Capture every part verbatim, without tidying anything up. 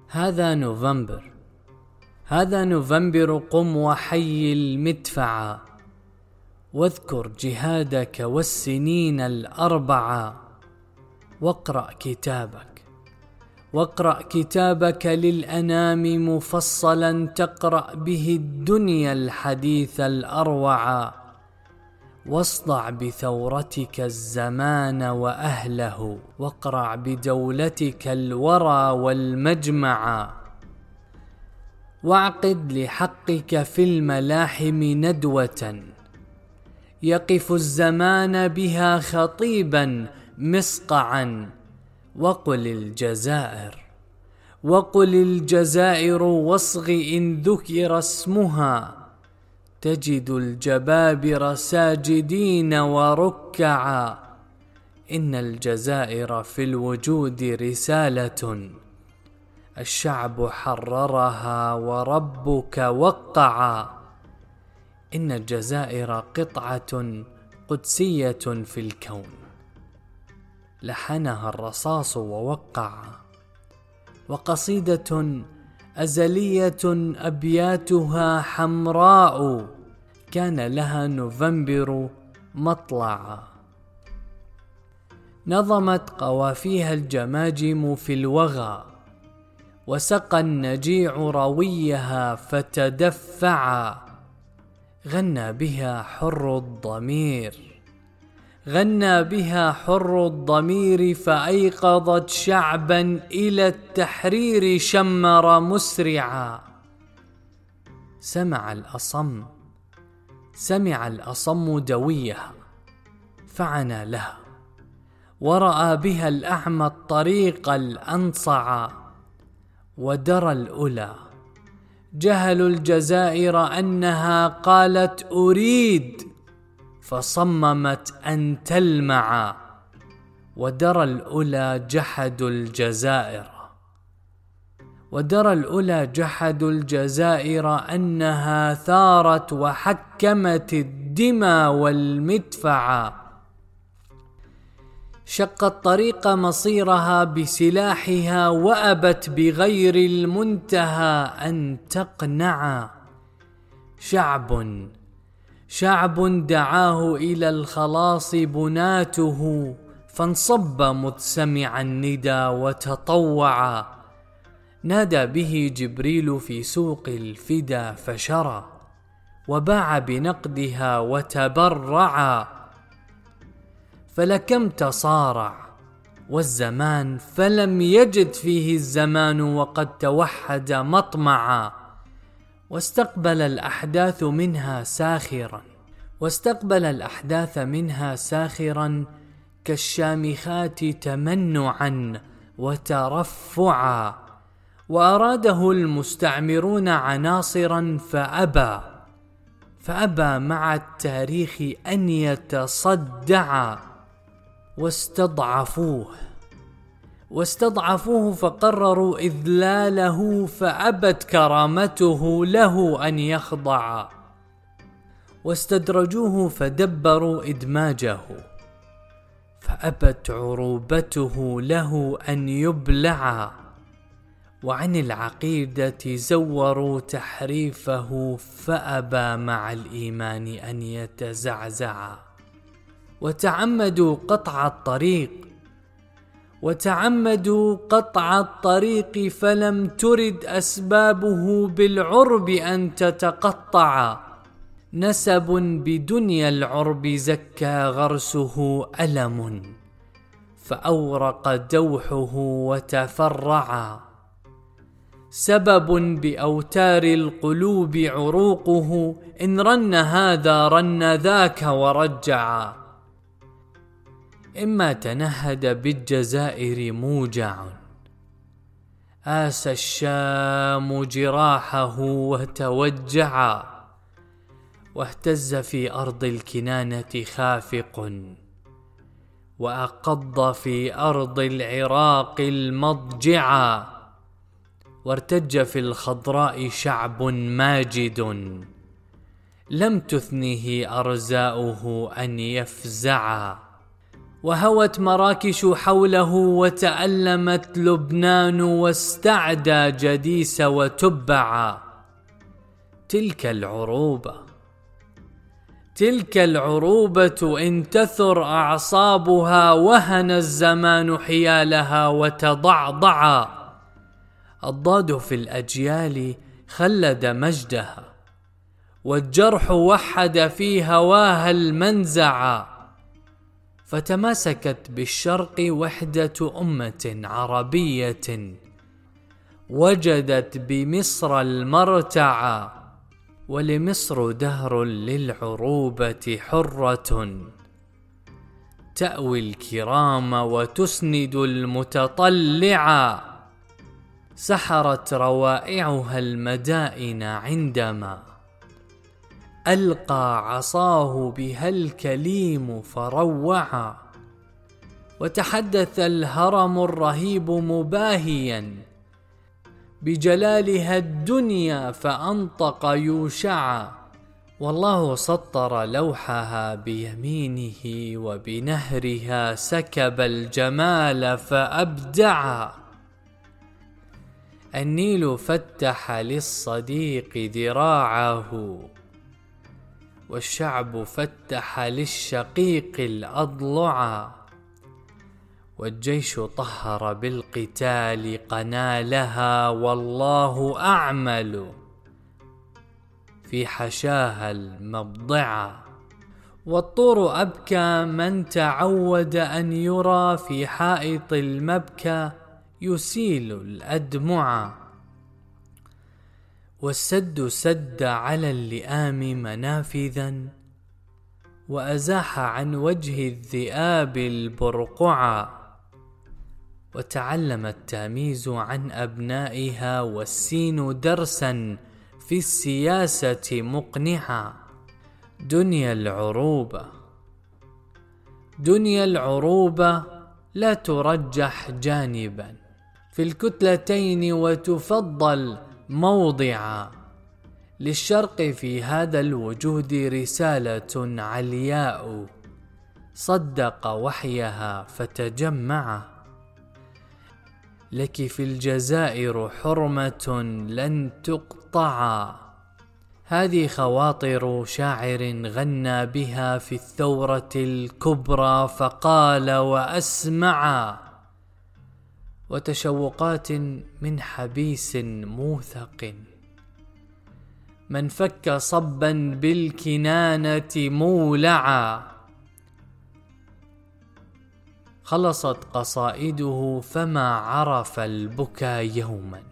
هذا نوفمبر، هذا نوفمبر، قم وحي المدفع، واذكر جهادك والسنين الأربعة، واقرأ كتابك، واقرأ كتابك للأنام مفصلا، تقرأ به الدنيا الحديث الأروع، واصدع بثورتك الزمان وأهله، واقرع بدولتك الورى والمجمع، واعقد لحقك في الملاحم ندوة، يقف الزمان بها خطيبا مصقعا، وقل الجزائر، وقل الجزائر، واصغ إن ذكر اسمها، تجد الجبابرة ساجدين وركعا، إن الجزائر في الوجود رسالة، الشعب حررها وربك وقعا، إن الجزائر قطعة قدسية في الكون، لحنها الرصاص ووقعا، وقصيدة أزلية أبياتها حمراء، كان لها نوفمبر مطلعا، نظمت قوافيها الجماجم في الوغى، وسقى النجيع رويها فتدفعا، غنى بها حر الضمير، غنى بها حر الضمير، فأيقظت شعبا إلى التحرير شمر مسرعا، سمع الأصم، سمع الأصم دويها فعنى لها، ورأى بها الأعمى الطريق الأنصع، ودرى الأولى جهلوا الجزائر أنها قالت أريد، فصممت أن تلمع، ودرى الأولى جحدوا الجزائر، ودرى الأولى جحدوا الجزائر أنها ثارت وحكمت الدماء والمدفع، شقت طريق مصيرها بسلاحها، وأبت بغير المنتهى أن تقنع، شعب شعب دعاه إلى الخلاص بناته، فانصب مذ سمع الندى وتطوع، نادى به جبريل في سوق الفدا فشرى، وباع بنقدها وتبرع، فلكم تصارع والزمان فلم يجد فيه الزمان، وقد توحد مطمعا، واستقبل الأحداث منها ساخرا، واستقبل الأحداث منها ساخرا، كالشامخات تمنعا وترفعا، وأراده المستعمرون عناصرا فأبى، فأبى مع التاريخ أن يتصدع، واستضعفوه واستضعفوه فقرروا إذلاله، فأبت كرامته له أن يخضع، واستدرجوه فدبروا إدماجه، فأبت عروبته له أن يبلع، وعن العقيدة زوروا تحريفه، فأبى مع الإيمان أن يتزعزع، وتعمدوا قطع الطريق وتعمدوا قطع الطريق، فلم ترد أسبابه بالعرب أن تتقطع، نسب بدنيا العرب زكى غرسه ألم، فأورق دوحه وتفرع، سبب بأوتار القلوب عروقه، إن رن هذا رن ذاك ورجع، إما تنهد بالجزائر موجع، آس الشام جراحه وتوجع، واهتز في أرض الكنانة خافق، وأقض في أرض العراق المضجع، وارتج في الخضراء شعب ماجد، لم تثنه أرزاؤه أن يفزع، وهوت مراكش حوله، وتألمت لبنان، واستعدى جديس وتبعا. تلك العروبة تلك العروبة إن تثر أعصابها، وهن الزمان حيالها وتضعضعا. الضاد في الأجيال خلد مجدها، والجرح وحد في هواها المنزعا. فتماسكت بالشرق وحدة أمة عربية، وجدت بمصر المرتعا. ولمصر دهر للعروبة حرة، تأوي الكرام وتسند المتطلعا. سحرت روائعها المدائن عندما ألقى عصاه بها الكليم فروعا. وتحدث الهرم الرهيب مباهيا بجلالها الدنيا فأنطق يوشعا. والله سطر لوحها بيمينه، وبنهرها سكب الجمال فأبدعا. النيل فتح للصديق ذراعه، والشعب فتح للشقيق الأضلعا. والجيش طهر بالقتال قنالها، والله أعمل في حشاها المبضعا. والطور أبكى من تعود أن يرى في حائط المبكى يسيل الأدمعا. والسد سد على اللئام منافذا، وأزاح عن وجه الذئاب البرقعا. وتعلم التمييز عن أبنائها، والسين درسا في السياسة مقنعا. دنيا العروبة دنيا العروبة لا ترجح جانبا في الكتلتين، وتفضل موضعا. للشرق في هذا الوجود رسالة علياء، صدق وحيها فتجمع. لك في الجزائر حرمة لن تقطع، هذه خواطر شاعر غنى بها في الثورة الكبرى فقال وأسمع. وتشوقات من حبيس موثق، من فك صبا بالكنانة مولعا. خلصت قصائده فما عرف البكى يوما،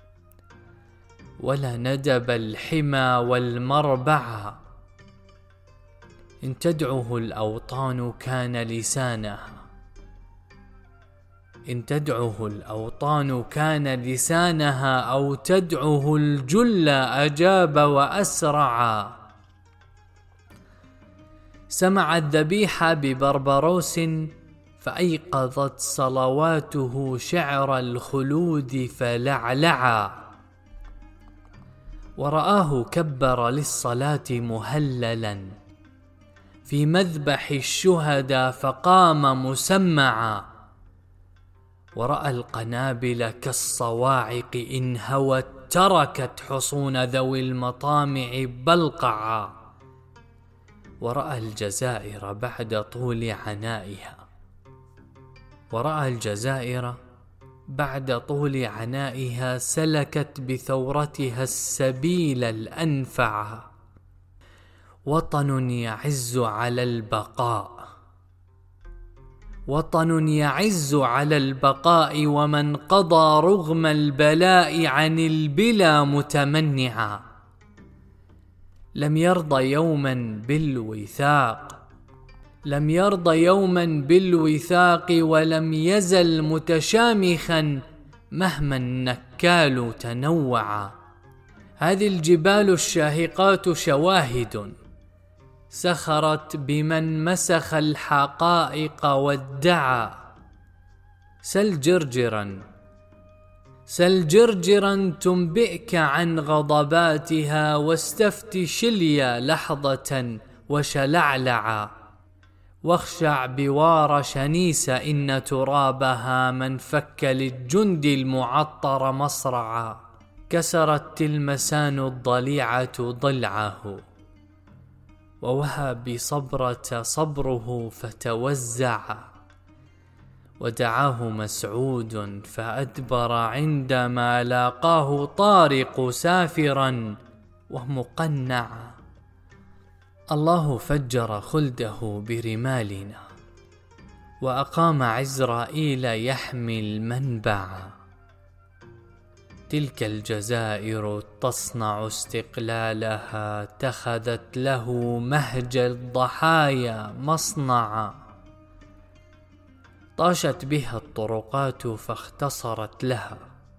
ولا ندب الحمى والمربعا. إن تدعه الأوطان كان لسانها إن تدعه الأوطان كان لسانها، أو تدعه الجل أجاب وأسرعا. سمع الذبيح ببربروس، فأيقظت صلواته شعر الخلود فلعلعا. ورآه كبر للصلاة مهللا في مذبح الشهداء فقام مسمعا. ورأى القنابل كالصواعق إن هوت تركت حصون ذوي المطامع بلقعا. ورأى الجزائر بعد طول عنائها ورأى الجزائر بعد طول عنائها سلكت بثورتها السبيل الأنفع. وطن يعز على البقاء وطن يعز على البقاء ومن قضى رغم البلاء عن البلا متمنعا. لم يرضى يوما بالوثاق لم يرضى يوما بالوثاق ولم يزل متشامخا مهما النكال تنوعا. هذه الجبال الشاهقات شواهد سخرت بمن مسخ الحقائق وادعى. سل جرجرا سل جرجرا تنبئك عن غضباتها، واستفت شليا لحظة وشلعلعا. واخشع بوار شنيس إن ترابها من فك للجند المعطر مصرعا. كسرت تلمسان الضليعة ضلعه ووهى بصبرة صبره فتوزع. ودعاه مسعود فأدبر عندما لاقاه طارق سافرا ومقنعا. الله فجر خلده برمالنا وأقام عزرائيل يحمي المنبع. تلك الجزائر تصنع استقلالها اتخذت له مهج الضحايا مصنعا. طاشت بها الطرقات فاختصرت لها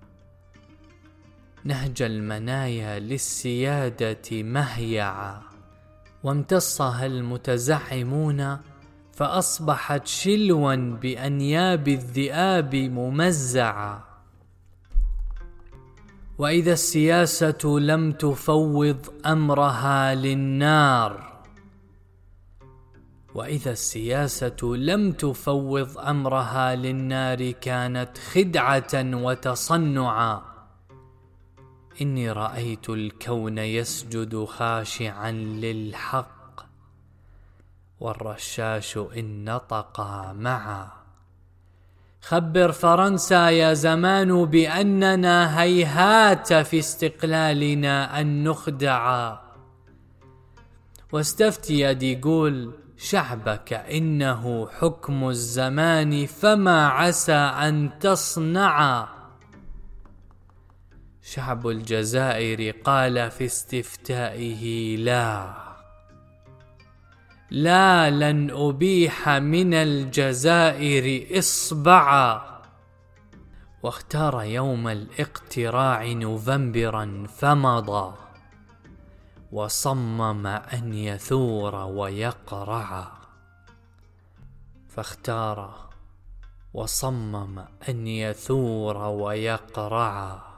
نهج المنايا للسيادة مهيعا. وامتصها المتزعمون فأصبحت شلوا بأنياب الذئاب ممزعا. وإذا السياسة لم تفوض أمرها للنار وإذا السياسة لم تفوض أمرها للنار كانت خدعة وتصنعا. إني رأيت الكون يسجد خاشعا للحق والرشاش إن نطقا معا. خبر فرنسا يا زمان بأننا هيهات في استقلالنا أن نخدعا. واستفتي يا ديغول شعبك إنه حكم الزمان فما عسى أن تصنعا. شعب الجزائر قال في استفتائه لا لا لن أبيح من الجزائر إصبعا. واختار يوم الاقتراع نوفمبرا فمضى وصمم أن يثور ويقرع. فاختار وصمم أن يثور ويقرع.